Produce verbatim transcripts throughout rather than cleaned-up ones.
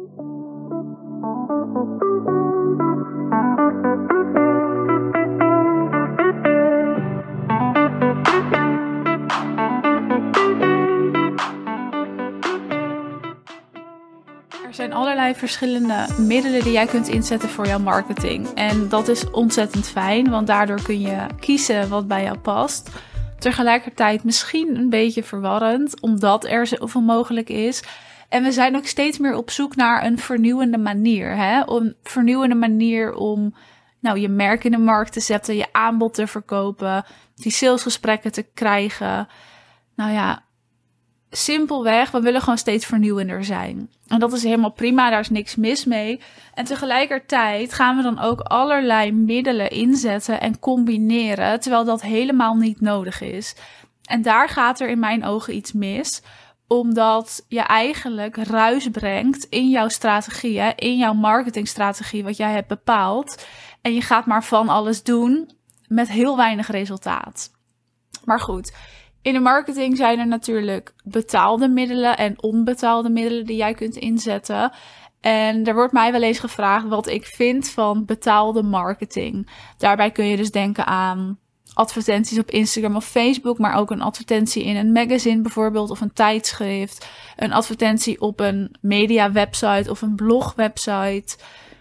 Er zijn allerlei verschillende middelen die jij kunt inzetten voor jouw marketing. En dat is ontzettend fijn, want daardoor kun je kiezen wat bij jou past. Tegelijkertijd misschien een beetje verwarrend, omdat er zoveel mogelijk is. En we zijn ook steeds meer op zoek naar een vernieuwende manier. Hè? Een vernieuwende manier om nou, je merk in de markt te zetten, je aanbod te verkopen, die salesgesprekken te krijgen. Nou ja, simpelweg, we willen gewoon steeds vernieuwender zijn. En dat is helemaal prima, daar is niks mis mee. En tegelijkertijd gaan we dan ook allerlei middelen inzetten en combineren, terwijl dat helemaal niet nodig is. En daar gaat er in mijn ogen iets mis, omdat je eigenlijk ruis brengt in jouw strategie, hè, in jouw marketingstrategie, wat jij hebt bepaald. En je gaat maar van alles doen met heel weinig resultaat. Maar goed, in de marketing zijn er natuurlijk betaalde middelen en onbetaalde middelen die jij kunt inzetten. En er wordt mij wel eens gevraagd wat ik vind van betaalde marketing. Daarbij kun je dus denken aan advertenties op Instagram of Facebook, maar ook een advertentie in een magazine bijvoorbeeld of een tijdschrift. Een advertentie op een media website of een blogwebsite.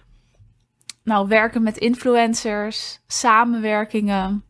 Nou, werken met influencers, samenwerkingen.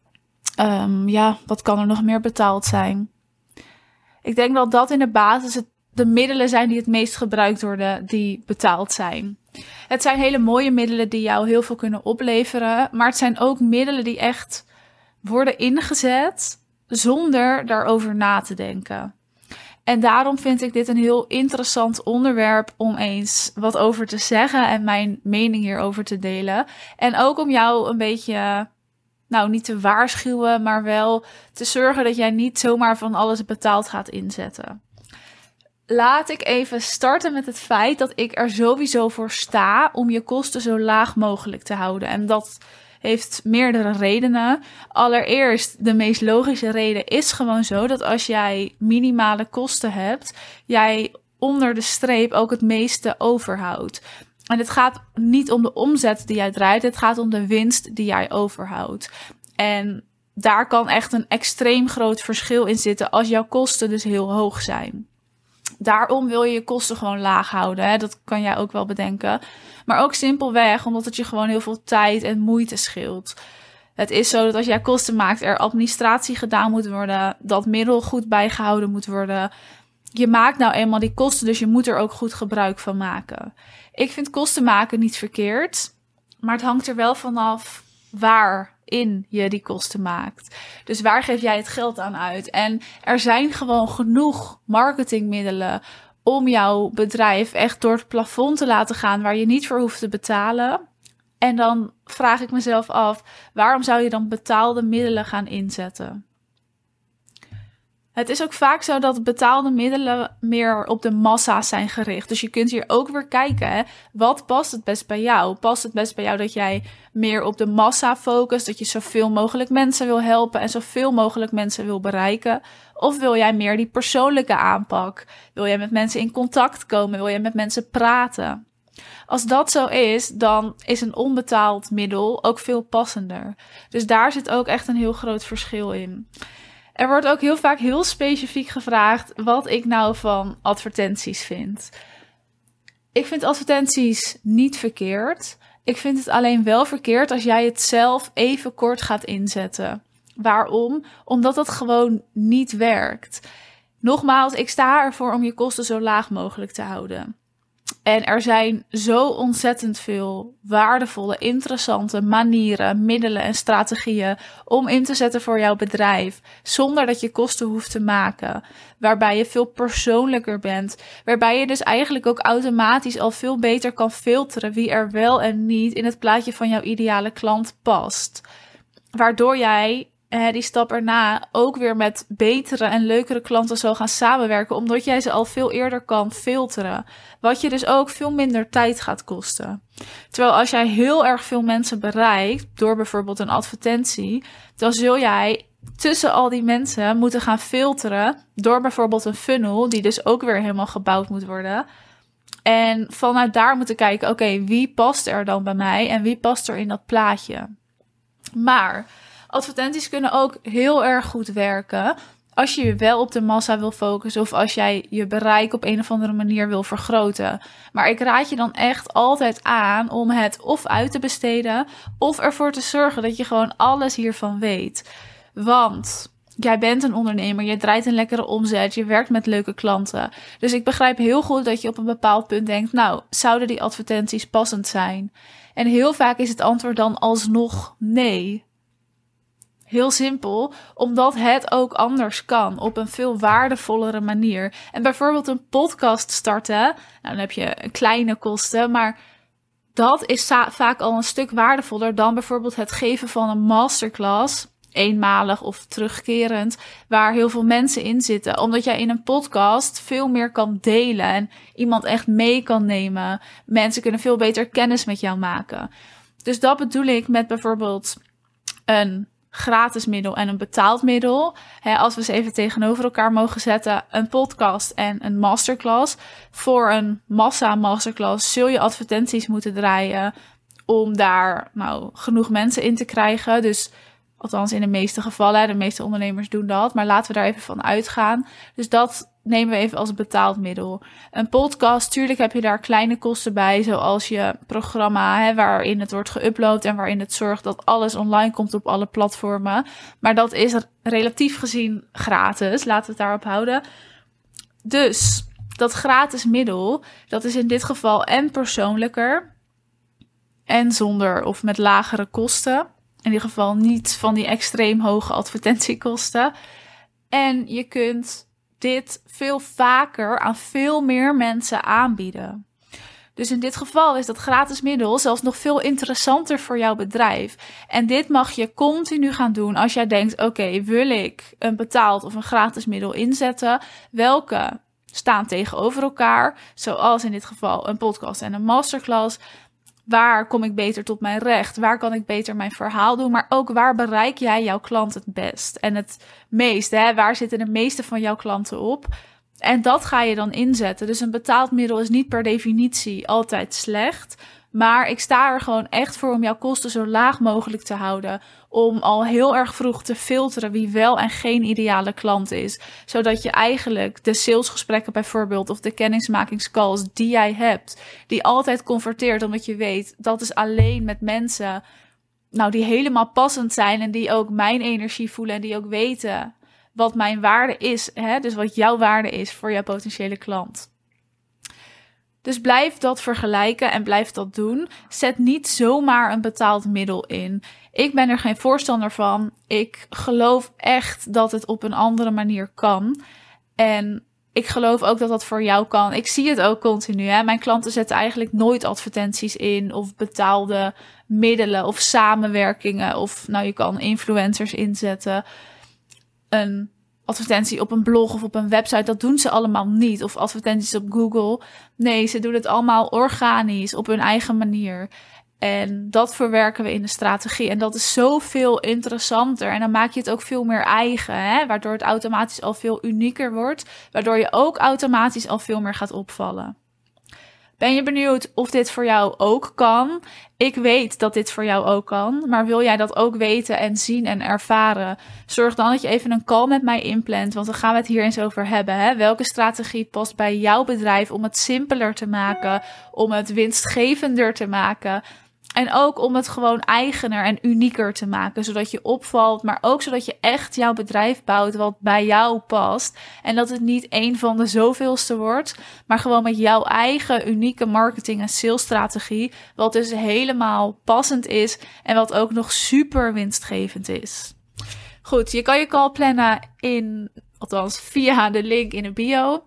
Um, ja, wat kan er nog meer betaald zijn? Ik denk dat dat in de basis het, de middelen zijn die het meest gebruikt worden, die betaald zijn. Het zijn hele mooie middelen die jou heel veel kunnen opleveren, maar het zijn ook middelen die echt worden ingezet zonder daarover na te denken. En daarom vind ik dit een heel interessant onderwerp om eens wat over te zeggen en mijn mening hierover te delen. En ook om jou een beetje, nou niet te waarschuwen, maar wel te zorgen dat jij niet zomaar van alles betaald gaat inzetten. Laat ik even starten met het feit dat ik er sowieso voor sta om je kosten zo laag mogelijk te houden. En dat heeft meerdere redenen. Allereerst, de meest logische reden is gewoon zo dat als jij minimale kosten hebt, jij onder de streep ook het meeste overhoudt. En het gaat niet om de omzet die jij draait, het gaat om de winst die jij overhoudt. En daar kan echt een extreem groot verschil in zitten als jouw kosten dus heel hoog zijn. Daarom wil je je kosten gewoon laag houden. Hè? Dat kan jij ook wel bedenken. Maar ook simpelweg omdat het je gewoon heel veel tijd en moeite scheelt. Het is zo dat als jij kosten maakt, er administratie gedaan moet worden, dat middel goed bijgehouden moet worden. Je maakt nou eenmaal die kosten, dus je moet er ook goed gebruik van maken. Ik vind kosten maken niet verkeerd, maar het hangt er wel vanaf waarin je die kosten maakt. Dus waar geef jij het geld aan uit? En er zijn gewoon genoeg marketingmiddelen om jouw bedrijf echt door het plafond te laten gaan waar je niet voor hoeft te betalen. En dan vraag ik mezelf af, waarom zou je dan betaalde middelen gaan inzetten? Het is ook vaak zo dat betaalde middelen meer op de massa's zijn gericht. Dus je kunt hier ook weer kijken, hè? Wat past het best bij jou? Past het best bij jou dat jij meer op de massa focust, dat je zoveel mogelijk mensen wil helpen en zoveel mogelijk mensen wil bereiken? Of wil jij meer die persoonlijke aanpak? Wil jij met mensen in contact komen? Wil jij met mensen praten? Als dat zo is, dan is een onbetaald middel ook veel passender. Dus daar zit ook echt een heel groot verschil in. Er wordt ook heel vaak heel specifiek gevraagd wat ik nou van advertenties vind. Ik vind advertenties niet verkeerd. Ik vind het alleen wel verkeerd als jij het zelf even kort gaat inzetten. Waarom? Omdat dat gewoon niet werkt. Nogmaals, ik sta ervoor om je kosten zo laag mogelijk te houden. En er zijn zo ontzettend veel waardevolle, interessante manieren, middelen en strategieën om in te zetten voor jouw bedrijf, zonder dat je kosten hoeft te maken. Waarbij je veel persoonlijker bent, waarbij je dus eigenlijk ook automatisch al veel beter kan filteren wie er wel en niet in het plaatje van jouw ideale klant past. Waardoor jij Eh, die stap erna ook weer met betere en leukere klanten zal gaan samenwerken, omdat jij ze al veel eerder kan filteren. Wat je dus ook veel minder tijd gaat kosten. Terwijl als jij heel erg veel mensen bereikt door bijvoorbeeld een advertentie, dan zul jij tussen al die mensen moeten gaan filteren door bijvoorbeeld een funnel, die dus ook weer helemaal gebouwd moet worden. En vanuit daar moeten kijken, oké, okay, wie past er dan bij mij en wie past er in dat plaatje? Maar advertenties kunnen ook heel erg goed werken als je je wel op de massa wil focussen of als jij je bereik op een of andere manier wil vergroten. Maar ik raad je dan echt altijd aan om het of uit te besteden of ervoor te zorgen dat je gewoon alles hiervan weet. Want jij bent een ondernemer, je draait een lekkere omzet, je werkt met leuke klanten. Dus ik begrijp heel goed dat je op een bepaald punt denkt, nou, zouden die advertenties passend zijn? En heel vaak is het antwoord dan alsnog nee. Heel simpel, omdat het ook anders kan, op een veel waardevollere manier. En bijvoorbeeld een podcast starten, nou, dan heb je een kleine kosten, maar dat is sa- vaak al een stuk waardevoller dan bijvoorbeeld het geven van een masterclass, eenmalig of terugkerend, waar heel veel mensen in zitten. Omdat jij in een podcast veel meer kan delen en iemand echt mee kan nemen. Mensen kunnen veel beter kennis met jou maken. Dus dat bedoel ik met bijvoorbeeld een gratis middel en een betaald middel. He, als we ze even tegenover elkaar mogen zetten, een podcast en een masterclass. Voor een massa masterclass zul je advertenties moeten draaien om daar nou genoeg mensen in te krijgen. Dus althans in de meeste gevallen, de meeste ondernemers doen dat. Maar laten we daar even van uitgaan. Dus dat nemen we even als betaald middel. Een podcast, tuurlijk heb je daar kleine kosten bij. Zoals je programma, hè, waarin het wordt geüpload en waarin het zorgt dat alles online komt op alle platformen. Maar dat is relatief gezien gratis. Laten we het daarop houden. Dus dat gratis middel, dat is in dit geval en persoonlijker en zonder of met lagere kosten. In ieder geval niet van die extreem hoge advertentiekosten. En je kunt dit veel vaker aan veel meer mensen aanbieden. Dus in dit geval is dat gratis middel zelfs nog veel interessanter voor jouw bedrijf. En dit mag je continu gaan doen als jij denkt, oké, okay, wil ik een betaald of een gratis middel inzetten? Welke staan tegenover elkaar? Zoals in dit geval een podcast en een masterclass. Waar kom ik beter tot mijn recht? Waar kan ik beter mijn verhaal doen? Maar ook waar bereik jij jouw klant het best? En het meest, hè? Waar zitten de meeste van jouw klanten op? En dat ga je dan inzetten. Dus een betaald middel is niet per definitie altijd slecht. Maar ik sta er gewoon echt voor om jouw kosten zo laag mogelijk te houden. Om al heel erg vroeg te filteren wie wel en geen ideale klant is. Zodat je eigenlijk de salesgesprekken bijvoorbeeld of de kennismakingscalls die jij hebt, die altijd converteert omdat je weet dat is alleen met mensen nou, die helemaal passend zijn en die ook mijn energie voelen en die ook weten wat mijn waarde is. Hè? Dus wat jouw waarde is voor jouw potentiële klant. Dus blijf dat vergelijken en blijf dat doen. Zet niet zomaar een betaald middel in. Ik ben er geen voorstander van. Ik geloof echt dat het op een andere manier kan. En ik geloof ook dat dat voor jou kan. Ik zie het ook continu. Hè? Mijn klanten zetten eigenlijk nooit advertenties in of betaalde middelen of samenwerkingen. Of nou, je kan influencers inzetten. Een advertentie op een blog of op een website, dat doen ze allemaal niet. Of advertenties op Google. Nee, ze doen het allemaal organisch, op hun eigen manier. En dat verwerken we in de strategie. En dat is zoveel interessanter. En dan maak je het ook veel meer eigen, hè? Waardoor het automatisch al veel unieker wordt. Waardoor je ook automatisch al veel meer gaat opvallen. Ben je benieuwd of dit voor jou ook kan? Ik weet dat dit voor jou ook kan, maar wil jij dat ook weten en zien en ervaren? Zorg dan dat je even een call met mij inplant, want dan gaan we het hier eens over hebben. Hè? Welke strategie past bij jouw bedrijf om het simpeler te maken, om het winstgevender te maken? En ook om het gewoon eigener en unieker te maken, zodat je opvalt, maar ook zodat je echt jouw bedrijf bouwt wat bij jou past. En dat het niet één van de zoveelste wordt, maar gewoon met jouw eigen unieke marketing- en salesstrategie, wat dus helemaal passend is en wat ook nog super winstgevend is. Goed, je kan je call plannen in, althans via de link in de bio.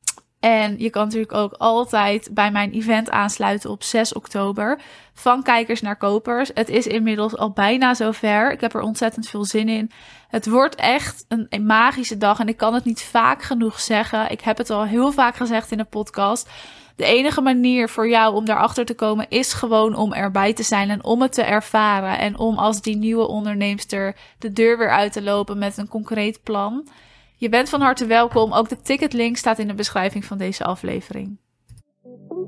En je kan natuurlijk ook altijd bij mijn event aansluiten op zes oktober. Van kijkers naar kopers. Het is inmiddels al bijna zover. Ik heb er ontzettend veel zin in. Het wordt echt een, een magische dag. En ik kan het niet vaak genoeg zeggen. Ik heb het al heel vaak gezegd in de podcast. De enige manier voor jou om daarachter te komen is gewoon om erbij te zijn en om het te ervaren. En om als die nieuwe onderneemster de deur weer uit te lopen met een concreet plan. Je bent van harte welkom. Ook de ticketlink staat in de beschrijving van deze aflevering.